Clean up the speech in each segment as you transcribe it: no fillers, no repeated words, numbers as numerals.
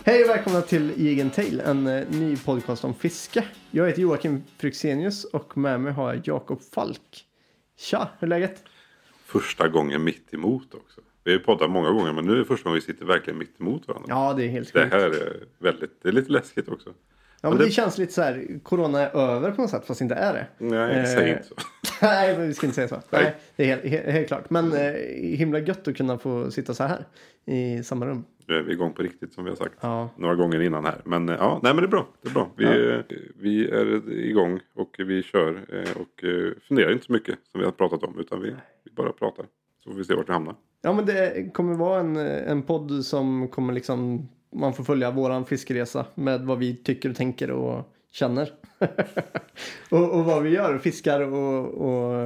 Hej och välkomna till Jigen Tail, en ny podcast om fiske. Jag heter Joakim Fryxenius och med mig har jag Jakob Falk. Tja, hur är läget? Första gången mitt emot också. Vi har ju poddat många gånger, men nu är det första gången vi sitter verkligen mitt emot varandra. Ja, det är helt sjukt. sjukt. Det här är det är lite läskigt också. Ja, men det känns lite så här, corona är över på något sätt, fast inte är det. Nej, säg inte så. Nej, vi ska inte säga så. Nej, det är helt klart. Men himla gött att kunna få sitta så här i samma rum. Nu är vi igång på riktigt som vi har sagt. Ja. Några gånger innan här. Men ja, nej men det är bra. Det är bra. Vi är igång och vi kör och funderar inte så mycket som vi har pratat om. Utan vi bara pratar. Så får vi se vart vi hamnar. Ja, men det kommer vara en podd som kommer liksom... Man får följa våran fiskeresa med vad vi tycker och tänker och känner. och vad vi gör. Fiskar och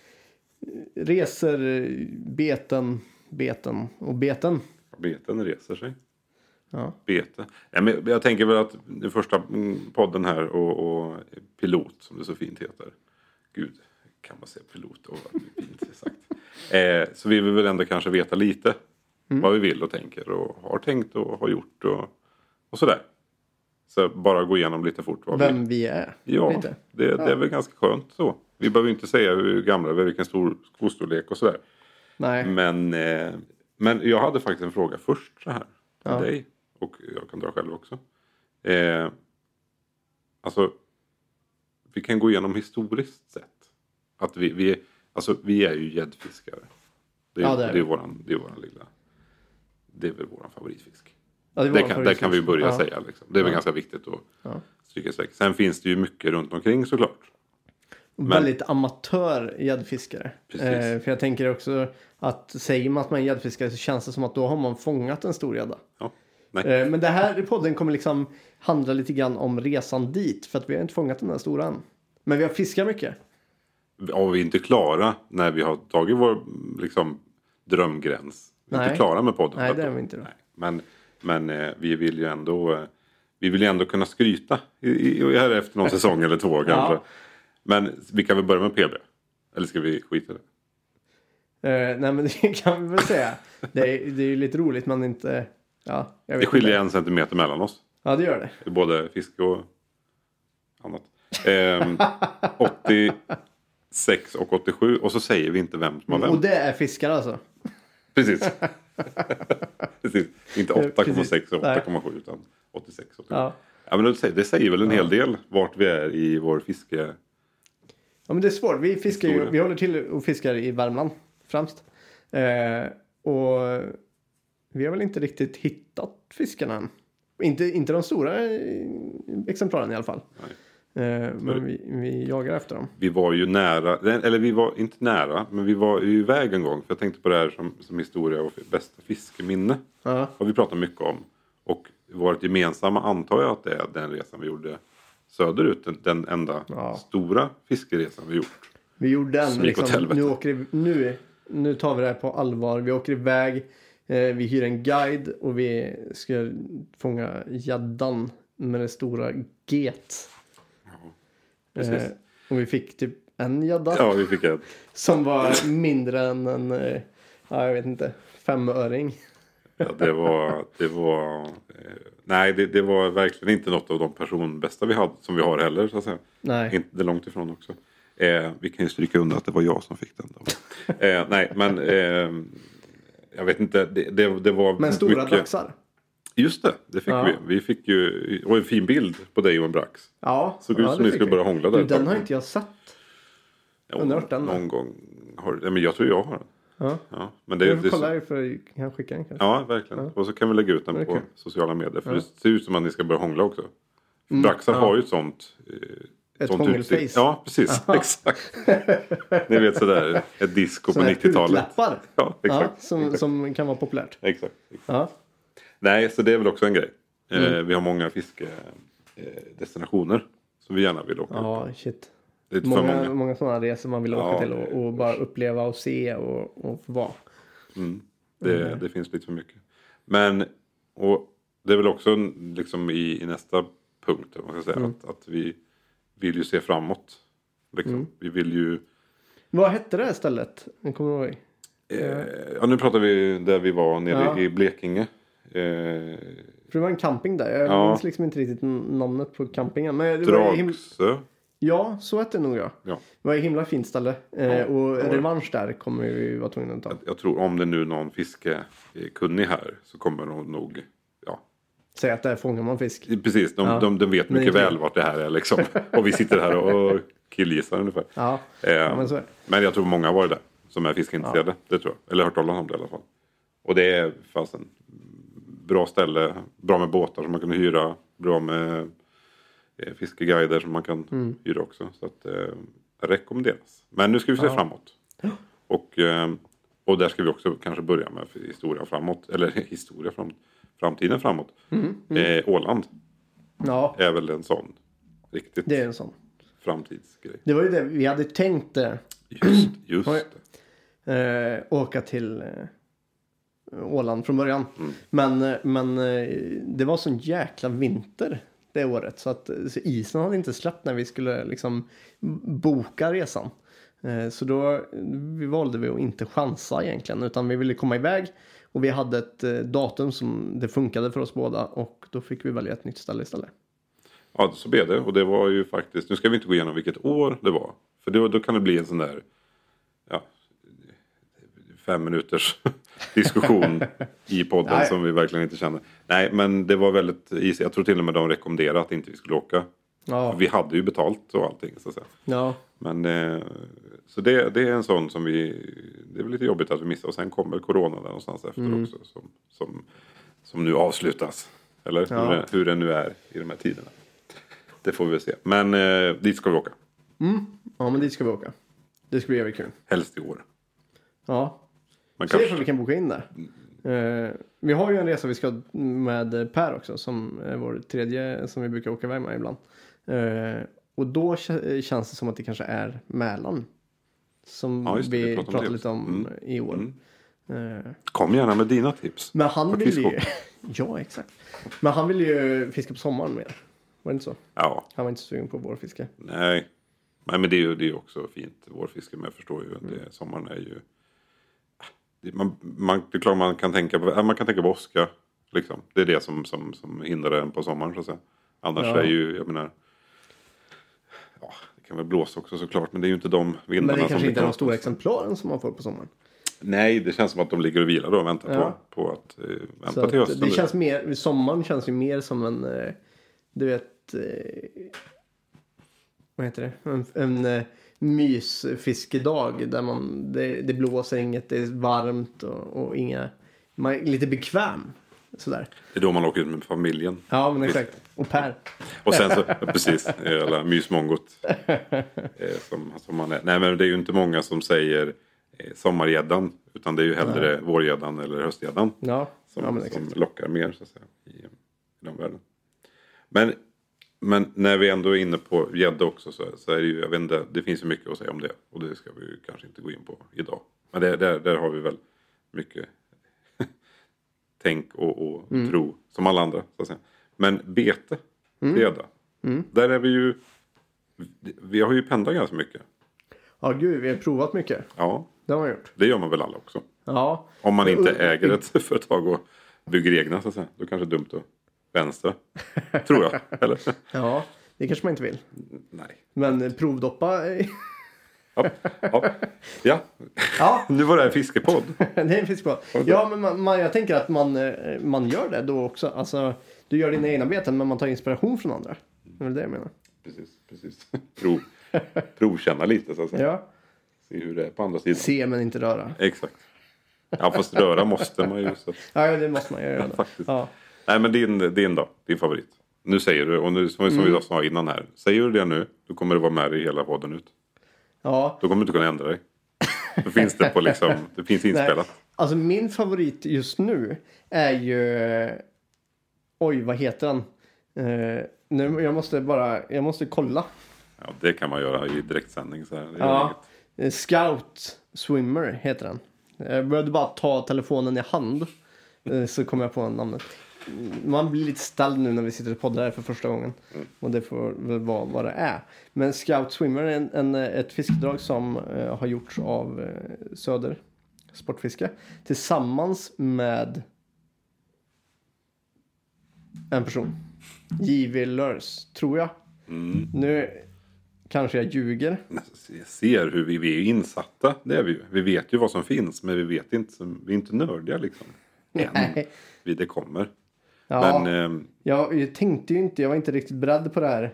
reser, beten. Beten reser sig. Ja. Bete. Ja, men jag tänker väl att den första podden här och pilot som det så fint heter. Gud, kan man säga pilot och vad fint sagt. Så vi vill väl ändå kanske veta lite vad vi vill och tänker och har tänkt och har gjort och sådär. Så bara gå igenom lite fort. Vem vi är. Ja, lite. Det är väl ganska skönt så. Vi behöver inte säga hur gamla vi är, vilken stor skostorlek och sådär. Nej. Men jag hade faktiskt en fråga först så här till dig. Och jag kan dra själv också. Alltså, vi kan gå igenom historiskt sett. Att vi är ju gäddfiskare. Det är våran lilla... Det är väl våran favoritfisk. Ja, det kan vi börja säga. Liksom. Det är väl ganska viktigt att stryka sig. Sen finns det ju mycket runt omkring såklart. Väldigt amatör gäddfiskare. För jag tänker också att säger man att man är gäddfiskare så känns det som att då har man fångat en stor gädda. Ja. Nej. Men det här i podden kommer liksom handla lite grann om resan dit. För att vi har inte fångat den här stora än. Men vi har fiskat mycket. Ja, vi är inte klara när vi har tagit vår liksom, drömgräns. Vi är inte klara med podden. Nej, det är vi inte då. Nej. Men vi vill ju ändå kunna skryta här efter någon säsong eller två kanske. Ja. Men vi kan väl börja med PB. Eller ska vi skita i det? Nej, men det kan vi väl säga. Det är ju lite roligt men inte... Ja, jag vet det skiljer inte. 1 centimeter mellan oss. Ja, det gör det. Det är både fisk och annat. 86 och 87. Och så säger vi inte vem som har vem. Och det är fiskar alltså. Precis. Precis. Inte 8,6 och 8,7 utan 86 och 87. Ja, men det säger väl en hel del vart vi är i vår fiske. Ja, men det är svårt. Vi fiskar ju, vi håller till och fiskar i Värmland främst. Och vi har väl inte riktigt hittat fiskarna än. Inte de stora exemplaren i alla fall. Men vi jagar efter dem. Vi var ju nära, eller vi var inte nära, men vi var ju iväg en gång. För jag tänkte på det här som historia och bästa fiskeminne. Har vi pratat mycket om. Och vårt gemensamma antar jag att det är den resan vi gjorde söderut. Den enda stora fiskeresan vi gjort. Vi gjorde den liksom, nu tar vi det här på allvar. Vi åker iväg, vi hyr en guide och vi ska fånga gäddan med det stora get. Precis. Och vi fick typ en gädda. Ja, vi fick en. Som var mindre än en, jag vet inte, 5-öring. Ja, det var verkligen inte något av de personbästa vi hade, som vi har heller så att säga. Nej. Inte långt ifrån också. Vi kan ju stryka under att det var jag som fick den då. Nej, men jag vet inte, det var men stora mycket... braxar. Just det fick vi. Vi fick ju, och en fin bild på dig och en brax. Ja. Såg ut som ni skulle börja hångla där. Den har inte jag sett. Någon gång men jag tror jag har den. Ja. Men det kollar för kan skicka den kanske. Ja, verkligen. Ja. Och så kan vi lägga ut den på sociala medier. För det ser ut som att ni ska börja hångla också. Braxar har ju ett sånt... ett hångelface. Ja, precis. Exakt. Ni vet sådär, ett disco på 90-talet. Utläppar. Ja, exakt. Som kan vara populärt. Exakt. Ja. Nej, så det är väl också en grej. Vi har många fiskedestinationer som vi gärna vill åka på. Shit. Det är många sådana resor man vill åka till och bara uppleva och se och få vara. Det finns lite för mycket. Men, och det är väl också liksom i nästa punkt, man ska säga, att vi vill ju se framåt. Liksom. Vi vill ju... Vad hette det här stället? Jag kommer ihåg. Nu pratar vi där vi var nere i Blekinge. För det var en camping där. Jag minns liksom inte riktigt namnet på campingen. Men det var Dragsö. Ja, så heter det nog ja. Det var ett himla fint ställe. Och revansch där kommer vi vara tvungna att ta. Jag tror om det nu någon fiskekunnig här så kommer de nog säga att där fångar man fisk. Precis, de vet mycket väl vart det här är liksom. Och vi sitter här och killgissar ungefär. Men jag tror många har varit där som är fiskeintresserade. Det tror jag. Eller hört talas om det i alla fall. Och det är fast en bra ställe. Bra med båtar som man kan hyra. Bra med fiskeguider som man kan hyra också. Så att rekommenderas. Men nu ska vi se framåt. Och där ska vi också kanske börja med historia framåt. Eller historia framåt. Framtiden framåt. Åland. Ja. Är väl en sån. Riktigt. Det är en sån. Framtidsgrej. Det var ju det vi hade tänkt det. Just det. Åka till Åland från början. Men det var sån jäkla vinter det året. Så isen hade inte släppt när vi skulle liksom boka resan. Så då valde vi att inte chansa egentligen. Utan vi ville komma iväg. Och vi hade ett datum som det funkade för oss båda. Och då fick vi välja ett nytt ställe istället. Ja, så blev det. Och det var ju faktiskt... Nu ska vi inte gå igenom vilket år det var. För då kan det bli en sån där... 5 minuters diskussion i podden som vi verkligen inte känner. Nej, men det var väldigt... Jag tror till och med de rekommenderade att inte vi skulle åka. Ja. Vi hade ju betalt och allting så att säga. Ja. Men så det är en sån som vi... Det är väl lite jobbigt att vi missar. Och sen kommer corona där någonstans efter också. Som nu avslutas. Eller hur det nu är i de här tiderna. Det får vi väl se. Men dit ska vi åka. Ja, men dit ska vi åka. Det ska bli jävligt kul. Helst i år. Ja. Se ifall vi kan boka in där. Vi har ju en resa vi ska med Per också. Som är vår tredje som vi brukar åka iväg med ibland. Och då känns det som att det kanske är Mälaren. Som vi pratar lite om i år. Kom gärna med dina tips. Men han vill ju... Ja, exakt. Men han vill ju fiska på sommaren mer. Var det inte så? Ja. Han var inte sugen på vårfiske. Nej. Men det är ju också fint vårfiske. Men jag förstår ju att sommaren är ju... Det är klart man kan tänka på åska. Liksom. Det är det som hindrar en på sommaren så att säga. Annars är ju, jag menar... Ja, det kan väl blåsa också såklart. Men det är ju inte de vindarna som... Men det kanske inte är de stora exemplaren som man får på sommaren. Nej, det känns som att de ligger och vilar då och väntar på att vänta till hösten. Det känns mer... Sommaren känns ju mer som en... Du vet... Vad heter det? En mysfiskedag där det blåser inget, det är varmt och inga... Man är lite bekväm. Sådär. Det är då man åker ut med familjen. Ja, men exakt. Och Per. Och sen så, precis, alla mysmongot. Som man är. Nej, men det är ju inte många som säger sommargäddan. Utan det är ju hellre vårgäddan eller höstgäddan. Ja, som lockar mer så att säga i de världen. Men när vi ändå är inne på gädda också så är det ju, jag vet inte, det finns ju mycket att säga om det. Och det ska vi ju kanske inte gå in på idag. Men där har vi väl mycket tänk och tro som alla andra så att säga. Men bete till gädda. Där är vi ju, vi har ju pendlat ganska mycket. Ja gud, vi har provat mycket. Ja. Det har man gjort. Det gör man väl alla också. Ja. Om man inte äger ett företag och bygger egna så att säga. Då kanske det är dumt att vänstra. Tror jag. Eller? Ja, det kanske man inte vill. Nej. Men provdoppa... Ja. Nu var det en fiskepodd. Det är en fiskepodd. Ja, men jag tänker att man gör det då också. Alltså, du gör dina egna beten men man tar inspiration från andra. Det är väl det jag menar. Precis. Provkänna lite så att säga. Ja. Se hur det är på andra sidan. Se men inte röra. Exakt. Ja, fast röra måste man ju. Så. Ja, det måste man göra. Faktiskt. Ja. Nej, men din favorit. Nu säger du, och nu som vi sa innan här. Säger du det nu, då kommer det vara med i hela podden ut. Ja. Då kommer du inte kunna ändra dig. Då finns det på liksom, det finns inspelat. Nej. Alltså min favorit just nu är ju, oj vad heter den? Nu, jag måste kolla. Ja, det kan man göra i direktsändning så här. Ja, Scout Swimmer heter den. Jag behövde bara ta telefonen i hand. Så kom jag på namnet. Man blir lite ställd nu när vi sitter och poddar här för första gången. Och det får väl vara vad det är. Men Scout Swimmer är ett fiskedrag som har gjorts av Söder Sportfiske. Tillsammans med en person. J.V. Lurs, tror jag. Nu kanske jag ljuger. Jag ser hur vi är insatta. Det är vi ju. Vi vet ju vad som finns. Men vi vet inte. Vi är inte nördiga liksom. Än. Det kommer. Ja, men, jag tänkte ju inte. Jag var inte riktigt beredd på det här.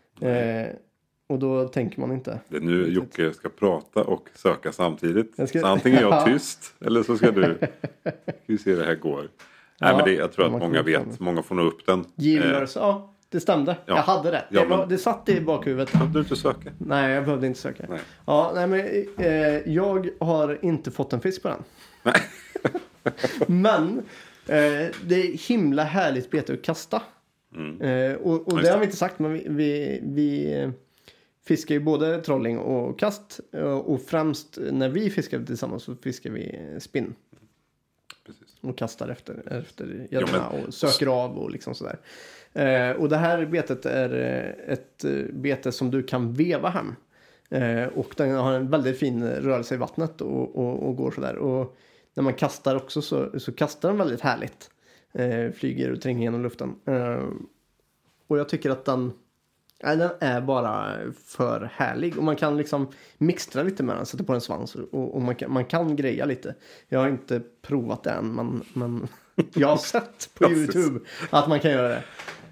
Och då tänker man inte. Det är nu Jocke ska prata och söka samtidigt. Så antingen är jag tyst. Eller så ska du. Vi ser det här går. Nej, men jag tror att många vet. Många får nå upp den. Givers, ja, det stämde. Ja. Jag hade rätt. Det satt i bakhuvudet. Behövde du inte söka? Nej, jag behövde inte söka. Nej. Ja, nej, men jag har inte fått en fisk på den. Nej. Men det är himla härligt bete att kasta. Och det har vi inte sagt, men vi fiskar ju både trolling och kast. Och främst när vi fiskar tillsammans så fiskar vi spinn. Precis. Och kastar efter gäddorna och söker av och liksom sådär. Och det här betet är ett bete som du kan veva hem. Och den har en väldigt fin rörelse i vattnet och går sådär. Och när man kastar också så kastar den väldigt härligt. Flyger och tränger genom luften. Och jag tycker att den är bara för härlig. Och man kan liksom mixtra lite med den. Sätta på en svans. Och man kan greja lite. Jag har inte provat det än. Men jag har sett på YouTube att man kan göra det.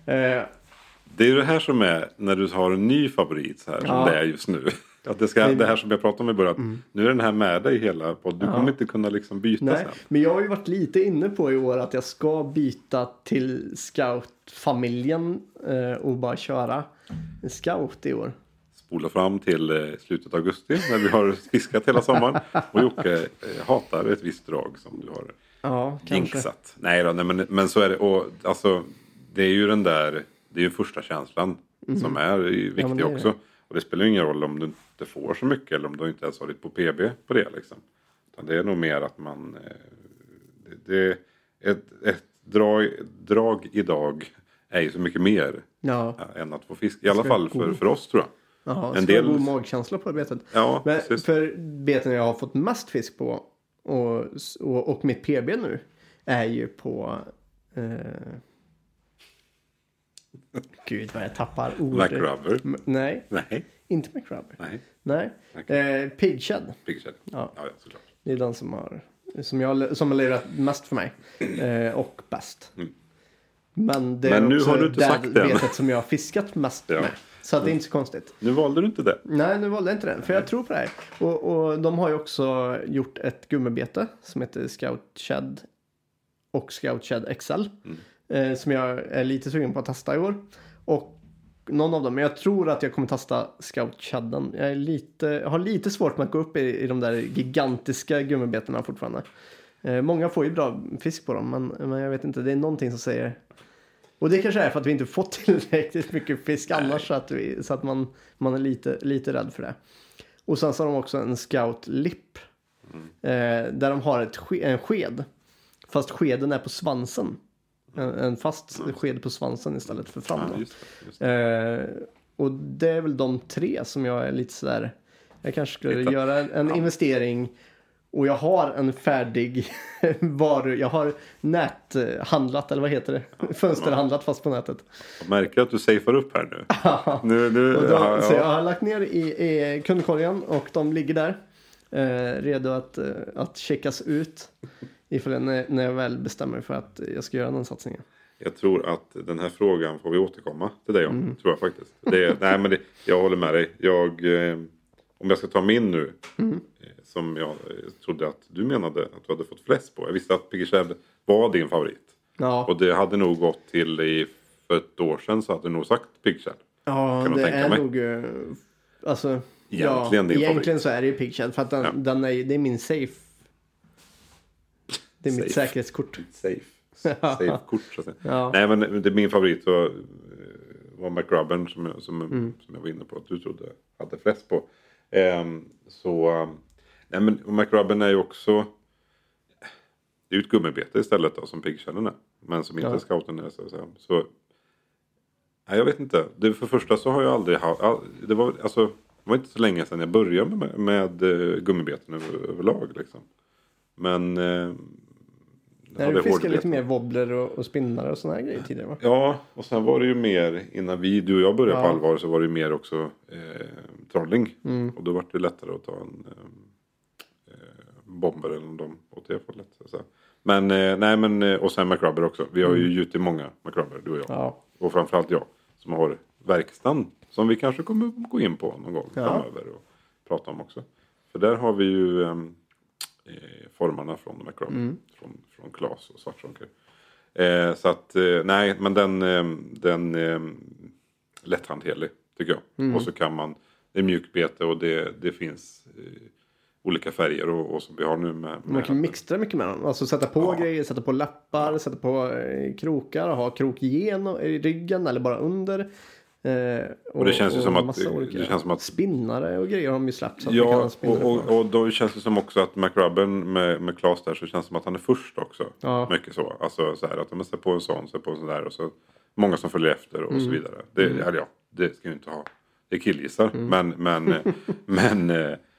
Det är ju det här som är när du har en ny favorit så här, som det är just nu. Att det här som jag pratade om i början. Nu är den här med dig hela podden. Du kommer inte kunna liksom byta sen. Men jag har ju varit lite inne på i år att jag ska byta till Scout-familjen och bara köra Scout i år. Spola fram till slutet av augusti när vi har fiskat hela sommaren. Och Jocke hatar ett visst drag som du har jinxat. Nej, men så är det. Och alltså, det är ju det är ju första känslan som är viktig också. Och det spelar ingen roll om du inte får så mycket eller om du inte ens har ditt på PB på det liksom. Utan det är nog mer att man ett drag idag är ju så mycket mer än att få fisk. I alla fall för oss tror jag. Ja, en del god magkänsla på betet. Ja, men för beten jag har fått mest fisk på och mitt PB nu är ju på Gud vad jag tappar ord. McRubber? Nej. Inte McRubber. Nej. Pigshed. Ja, såklart. Det är den som har levererat mest för mig. Och bäst. Men det är nu också har du inte sagt det betet som jag har fiskat mest med. Så att det är inte så konstigt. Nu valde du inte det. Nej, nu valde jag inte det. För jag tror på det här. Och de har ju också gjort ett gummibete som heter Scout Shed och Scout Shed XL. Som jag är lite sugen på att testa i år. Och någon av dem. Men jag tror att jag kommer testa Scout Shedden. Jag har lite svårt med att gå upp i de där gigantiska gummibetena fortfarande. Många får ju bra fisk på dem. Men jag vet inte. Det är någonting som säger... Och det kanske är för att vi inte fått tillräckligt mycket fisk annars. Så att man är lite rädd för det. Och sen så har de också en Scout Lip. Där de har en sked. Fast skeden är på svansen. En fast sked på svansen istället för fram. Just det. Och det är väl de 3 som jag är lite sådär... Jag kanske skulle göra en investering. Och jag har en färdig varu. Jag har näthandlat, eller vad heter det? Fönsterhandlat fast på nätet. Jag märker att du safear upp här nu. Så jag har lagt ner i kundkorgen och de ligger där. Redo att checkas ut. Ifall när jag väl bestämmer för att jag ska göra den satsningen. Jag tror att den här frågan får vi återkomma till dig om. Tror jag faktiskt. Jag håller med dig. Om jag ska ta min nu. Som jag trodde att du menade att du hade fått flest på. Jag visste att Pigshed var din favorit. Ja. Och det hade nog gått till för ett år sedan så hade du nog sagt Pigshed. Ja, det är nog... Alltså, egentligen så är det ju Pigshed. För att det är min safe. Det är mitt säkerhetskort. Safe-kort så att säga. Ja. Nej, men det är min favorit var McRubbern som jag var inne på att du trodde hade flest på. Nej, men McRubbern är ju också det är ju ett gummibete istället då, som Pigsheden är. Men som inte Scouten är så nej, jag vet inte. För första så har jag aldrig det var inte så länge sedan jag började med gummibeten överlag liksom. Men Nej, du fiskade lite mer wobbler och spinnare och såna här grejer tidigare, va? Ja, och sen var det ju mer, innan du och jag började på allvar, så var det ju mer också trolling. Och då var det lättare att ta en bomber eller de åt det hållet. Så. Men, och sen McRubber också. Vi har ju gjutit många McRubber, du och jag. Ja. Och framförallt jag, som har verkstaden. Som vi kanske kommer gå in på någon gång framöver och prata om också. För där har vi ju formarna från McRubber. Från Claes och Svartsonker. Så att, nej, men den lätthanterlig tycker jag. Och så kan man, det är mjukbete och det finns olika färger och som vi har nu med man kan mixtra mycket med den. Alltså sätta på grejer, sätta på lappar, sätta på krokar, ha krok genom i ryggen eller bara under. Och det känns ju som att spinnare och grejer har de ju släppt. Så att och då känns det som också att McRubben med Claes där, så känns det som att han är först också. Ja. Mycket så. Alltså så här att de sätter på en sån, sätter på en sån där och så många som följer efter och så vidare. Det ska ju inte ha. Det killgissar. Men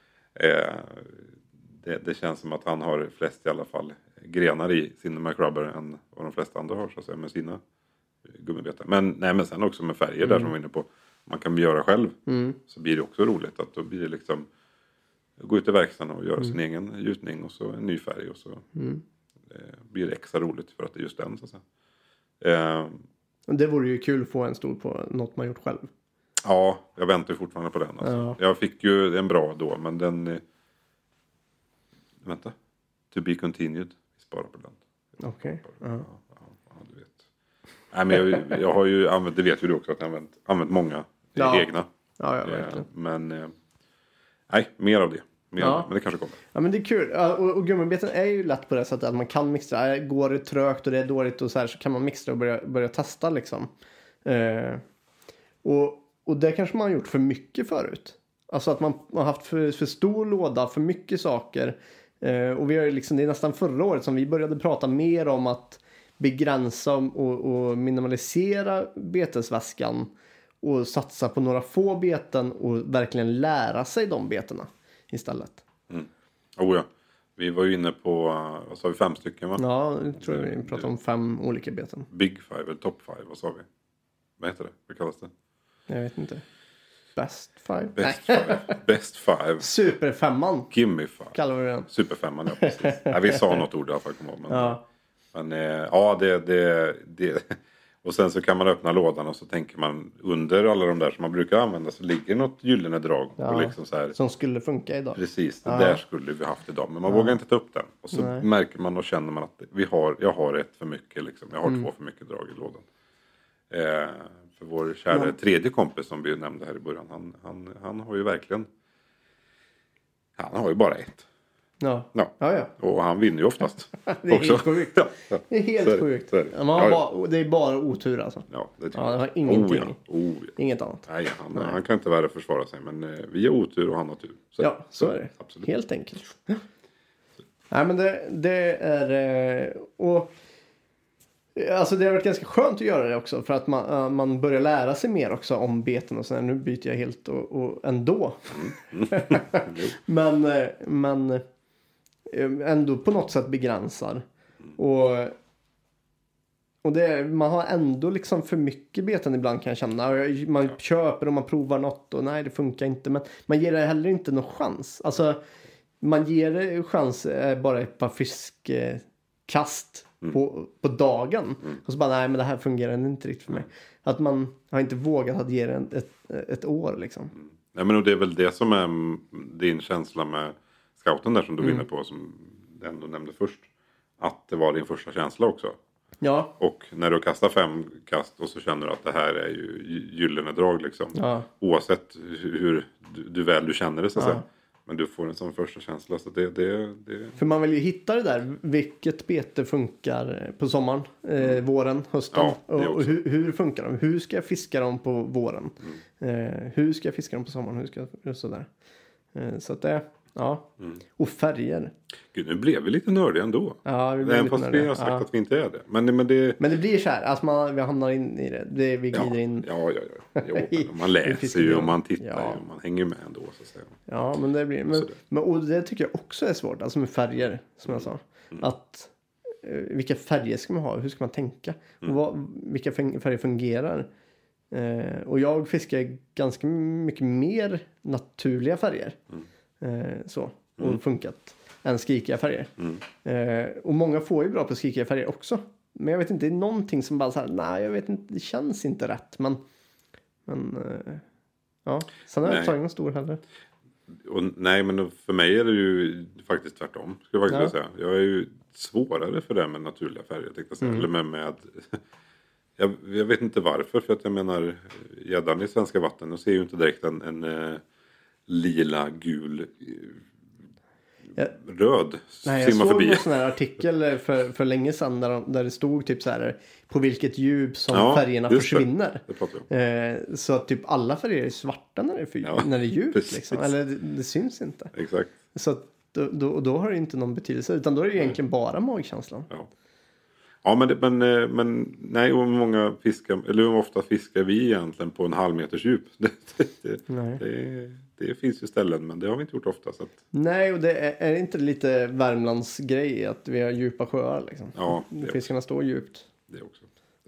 det känns som att han har flest i alla fall grenar i sin McRubber än vad de flesta andra har så att säga med sina gummibeten. Men sen också med färger där som vi var inne på. Man kan göra själv. Så blir det också roligt att då blir det liksom gå ut i verkstaden och göra sin egen gjutning och så en ny färg och så blir det extra roligt för att det är just den så att säga. Det vore ju kul att få en stol på något man gjort själv. Ja, jag väntar fortfarande på den. Alltså. Ja. Jag fick ju en bra då, men den vänta. To be continued. Vi sparar på den. Okej. Ja, du vet. Nej, men jag har ju använt, det vet ju du också, att jag har använt många egna. Ja, verkligen. Men nej, mer av det. Men det kanske kommer. Ja, men det är kul. Och gummibeten är ju lätt på det sättet att man kan mixtra. Går det trögt och det är dåligt och så här, så kan man mixtra och börja testa liksom. Och det kanske man har gjort för mycket förut. Alltså att man har haft för stor låda, för mycket saker. Och vi har ju liksom, det är nästan förra året som vi började prata mer om att begränsa och minimalisera betesväskan. Och satsa på några få beten och verkligen lära sig de betena istället. Ja. Vi var ju inne på, vad sa vi, 5 stycken va? Ja, jag tror vi pratade om 5 olika beten. Big 5 eller top 5, vad sa vi? Vad heter det? Vad kallas det? Jag vet inte. Best 5? Best 5. Superfemman. Gimme 5. Kallar vi den. Superfemman, ja precis. Nej, vi sa något ord i alla fall. Men det. Och sen så kan man öppna lådan och så tänker man under alla de där som man brukar använda så ligger något gyllene drag. Ja, och liksom så här, som skulle funka idag. Precis, det där skulle vi haft idag. Men man vågar inte ta upp den. Och så märker man och känner man att jag har ett för mycket liksom. Jag har 2 för mycket drag i lådan. För vår kära tredje kompis som vi nämnde här i början. Han har ju verkligen. Han har ju bara ett. Ja. Och han vinner ju oftast. Det är också helt sjukt. Ja. Det är helt sjukt. Det är bara otur alltså. Ja, det har ingenting. Inget annat. Nej, han kan inte värre försvara sig. Men vi har otur och han har tur. Så är det. Absolut. Helt enkelt. Nej, men det är. Och alltså det har varit ganska skönt att göra det också. För att man börjar lära sig mer också om beten och sådär. Nu byter jag helt och ändå. Men ändå på något sätt begränsar. Och man har ändå liksom för mycket beten ibland kan jag känna. Man köper och man provar något och nej det funkar inte. Men man ger det heller inte någon chans. Alltså man ger det chans bara ett par fiskkast på dagen. Och så bara nej men det här fungerar inte riktigt för mig. Att man har inte vågat att ge det ett år liksom. Nej men och det är väl det som är din känsla med scouten där som du vinner på som du ändå nämnde först. Att det var din första känsla också. Ja. Och när du kastar 5 kast och så känner du att det här är ju gyllene drag liksom. Ja. Oavsett hur du känner det så att säga. Men du får en sån första känsla så det. För man vill ju hitta det där. Vilket bete funkar på sommaren, våren, hösten. Ja, och hur funkar de? Hur ska jag fiska dem på våren? Hur ska jag fiska dem på sommaren? Hur ska jag sådär? Så att det. Ja. Och färger. Gud, nu blev vi lite nördiga ändå. Ja, vi blev lite fast vi har sagt att vi inte är det. Men det blir så här. Alltså vi hamnar in i det. Vi glider in. Ja. Jo, man läser ju och man tittar och man hänger med ändå så att säga. Ja, men det blir. Men, och det tycker jag också är svårt. Alltså med färger, som jag sa. Att vilka färger ska man ha? Hur ska man tänka? Och vilka färger fungerar? Och jag fiskar ganska mycket mer naturliga färger. Och funkat än skrikiga färger. Och många får ju bra på skrikiga färger också. Men jag vet inte, det är någonting som bara så här, nej jag vet inte, det känns inte rätt. Men ja, sen har jag tagit någon stor heller. Och, nej, men för mig är det ju faktiskt tvärtom. Ska jag faktiskt säga. Jag är ju svårare för det med naturliga färger. Tänkte jag säga. Eller med jag vet inte varför. För att jag menar, gäddan i svenska vatten, och ser ju inte direkt en lila, gul, röd. Nej, jag såg en sån här artikel för länge sedan där det stod typ så här på vilket djup som färgerna försvinner. Det så att typ alla färger är svarta när det är djupt liksom. Eller det syns inte. Exakt. Så att då har det inte någon betydelse, utan då är det egentligen bara magkänslan. Ja, men nej, och många fiskar, eller hur ofta fiskar vi egentligen på en halv meters djup? Det finns ju ställen, men det har vi inte gjort ofta. Så att... Nej, och det är inte lite Värmlands grej att vi har djupa sjöar liksom. Ja, fiskarna står djupt. Det också.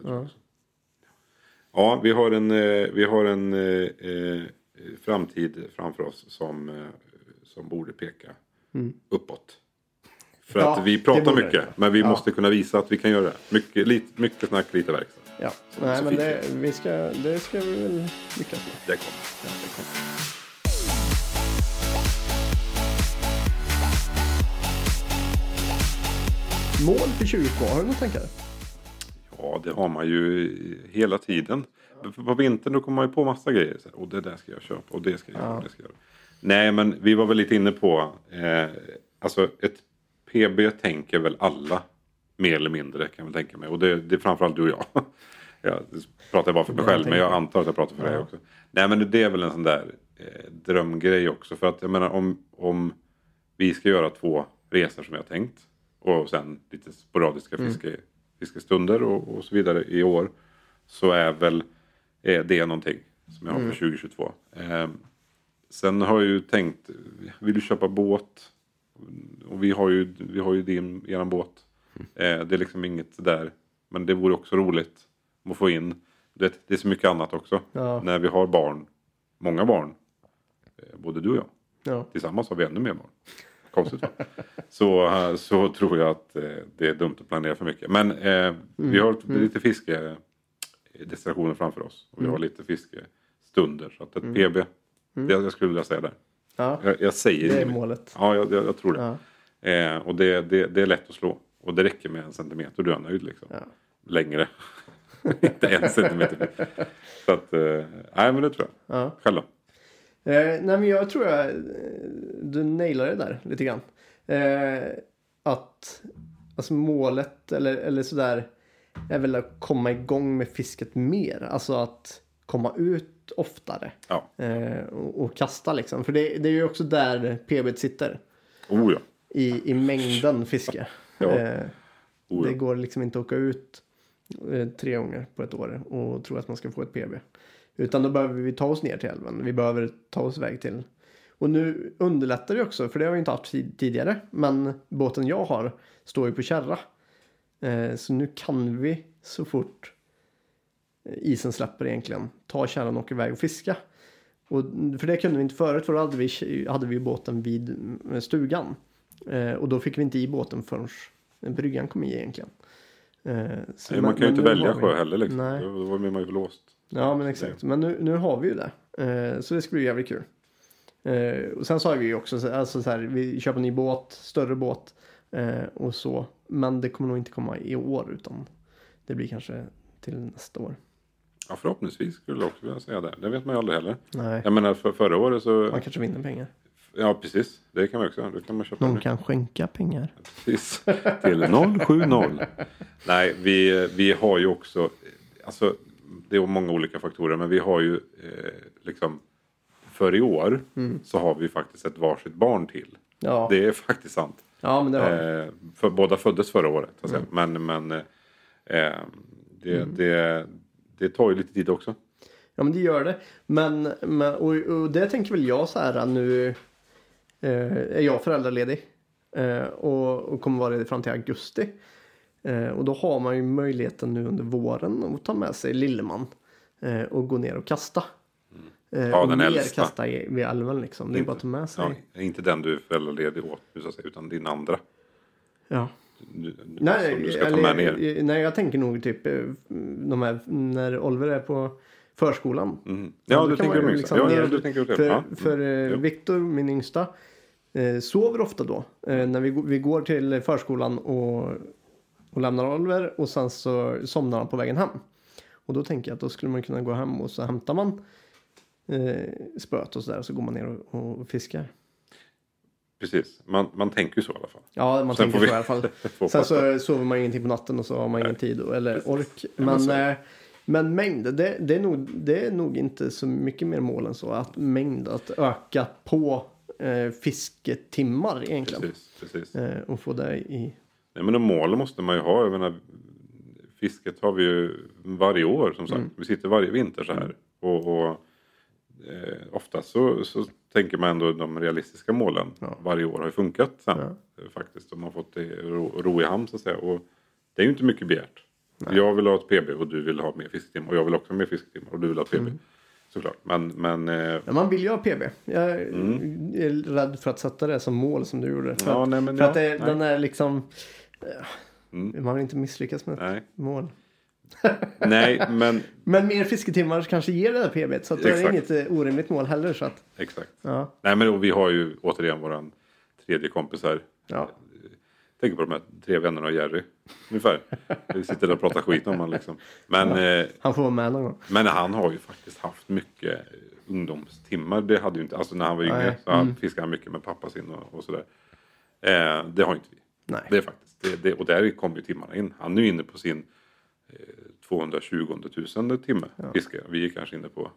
Ja, vi har en framtid framför oss som borde peka uppåt. För att vi pratar mycket, men vi måste kunna visa att vi kan göra det. Mycket snack, lite verkstad. Ja, nej, men det ska vi väl lyckas med. Det kommer. Mål för 2022, har du något tankar? Ja, det har man ju hela tiden. På vintern då kommer man ju på massa grejer. Och det där ska jag köpa, och det ska jag göra, och det ska jag göra. Nej, men vi var väl lite inne på alltså ett PB tänker väl alla mer eller mindre, kan jag tänka mig. Och det är framförallt du och jag. Jag pratar bara för mig själv, men jag antar att jag pratar för dig också. Nej, men det är väl en sån där drömgrej också. För att jag menar, om vi ska göra 2 resor som jag har tänkt, och sen lite sporadiska fiskestunder och så vidare i år, så är väl det någonting som jag har för 2022. Sen har jag ju tänkt, vill du köpa båt? Och vi har ju eran båt. Det är liksom inget där, men det vore också roligt att få in. Det är så mycket annat också. När vi har barn, många barn, både du och jag. Tillsammans har vi ännu mer barn. Konstigt, va? Så tror jag att det är dumt att planera för mycket. Men vi har lite fiskedestinationer framför oss. Och vi har lite fiskestunder. Så att ett PB, jag skulle vilja säga där. Jag säger det är målet. Ja, jag tror det. Och det är lätt att slå. Och det räcker med 1 centimeter, du är nöjd liksom. Längre. Inte 1 centimeter. Så att, nej, men det tror jag. Själv då? Nej, men jag tror du nailar det där lite grann. Att alltså målet eller sådär är väl att komma igång med fisket mer. Alltså att komma ut oftare. Och kasta liksom. För det är ju också där PB:t sitter. Oh ja. I mängden fiske. Det går liksom inte att åka ut 3 gånger på ett år och tro att man ska få ett PB. Utan då behöver vi ta oss ner till älven. Vi behöver ta oss iväg till. Och nu underlättar det också. För det har vi inte haft tidigare. Men båten jag har står ju på kärra. Så nu kan vi så fort isen släpper egentligen ta kärran och åka iväg och fiska. Och för det kunde vi inte förut. För då hade vi båten vid stugan. Och då fick vi inte i båten förrän bryggan kom i egentligen. Så man kan ju inte välja sjö heller liksom. Nej. Då var man ju låst. Ja, men exakt. Men nu har vi ju det. Så det skulle bli jävligt kul. Och sen så har vi ju också alltså så här, vi köper en ny båt, större båt och så. Men det kommer nog inte komma i år, utan det blir kanske till nästa år. Ja, förhoppningsvis skulle jag också vilja säga det. Det vet man ju aldrig heller. Nej. Jag menar, förra året så... Man kanske vinner pengar. Ja, precis. Det kan man också. Då kan man köpa någon kan skänka pengar. Precis. Till 070. Nej, vi har ju också... Alltså, det är många olika faktorer. Men vi har ju liksom... För i år så har vi faktiskt ett varsitt barn till. Ja. Det är faktiskt sant. Ja, men det har vi. För båda föddes förra året. Men det tar ju lite tid också. Ja, men det gör det. Men och det tänker väl jag så här, nu är jag föräldraledig och kommer vara det fram till augusti. Och då har man ju möjligheten nu under våren att ta med sig Lilleman och gå ner och kasta. Ja, den äldsta. Kasta vid älven liksom. Det är bara att ta med sig. Ja, inte den du är föräldraledig åt, så att säga, utan din andra. Ja. Som du ska ta med ner. Nej, jag tänker nog typ de här, när Oliver är på förskolan. Ja, du tänker du liksom du tänker det. För Viktor, min yngsta, sover ofta då. När vi går till förskolan och lämnar Oliver och sen så somnar han på vägen hem. Och då tänker jag att då skulle man kunna gå hem och så hämtar man spöt och så går man ner och fiskar. Precis, man tänker ju så i alla fall. Ja, man tänker så i alla fall. Sen så sover man ingenting på natten och så har man ingen tid eller ork. Men mängd, det är nog inte så mycket mer mål än så. Att mängd, att öka på fisketimmar egentligen. Precis. Och få det i... Nej, men de målen måste man ju ha. Jag menar, fisket har vi ju varje år som sagt. Vi sitter varje vinter så här. Och ofta så tänker man ändå de realistiska målen varje år har ju funkat sen. Faktiskt. De har fått ro i hamn så att säga. Och det är ju inte mycket begärt. Nej. Jag vill ha ett PB och du vill ha mer fisketimmar. Och jag vill också ha mer fisketimmar och du vill ha ett PB. Såklart. Men man vill ju ha PB. Jag är rädd för att sätta det som mål som du gjorde. För att den är liksom... Man vill inte misslyckas med ett mål. Nej, men mer fisketimmar kanske ger det där PB. Så att det är inget orimligt mål heller. Så att, exakt. Ja. Nej, men vi har ju återigen våran tredje kompis här. Ja. Tänk på de här 3 vännerna och Jerry. Ungefär. Vi sitter där och pratar skit om honom liksom. Men, han får vara med någon gång. Men han har ju faktiskt haft mycket ungdomstimmar. Det hade ju inte, alltså när han var yngre så han fiskade mycket med pappa sin och sådär. Det har inte vi. Nej. Det är faktiskt. Och där kommer ju timmarna in. Han är ju inne på sin 220 000 timme fiske. Vi är kanske inne på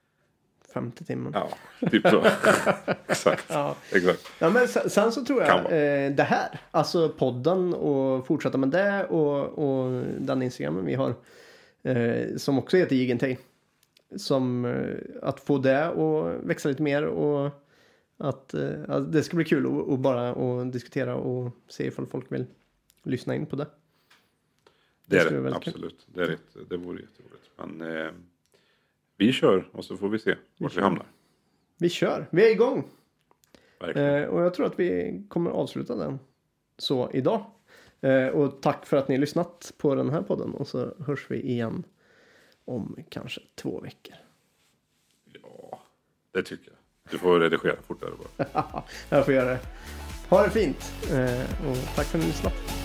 50 timmar. Ja, typ så. Exakt. Exakt. Ja, men sen så tror jag det här, alltså podden och fortsätta med det och den Instagramen vi har som också heter Jigentej. Som att få det och växa lite mer och att det ska bli kul att bara och diskutera och se ifall folk vill lyssna in på det. Det är det, absolut. Det vore jätteroligt. Men vi kör och så får vi se vart vi hamnar. Vi kör. Vi är igång. Och jag tror att vi kommer avsluta den så idag. Och tack för att ni har lyssnat på den här podden. Och så hörs vi igen om kanske 2 veckor. Ja, det tycker jag. Du får redigera fortare bara. Jag får göra det. Ha det fint. Och tack för att ni har lyssnat.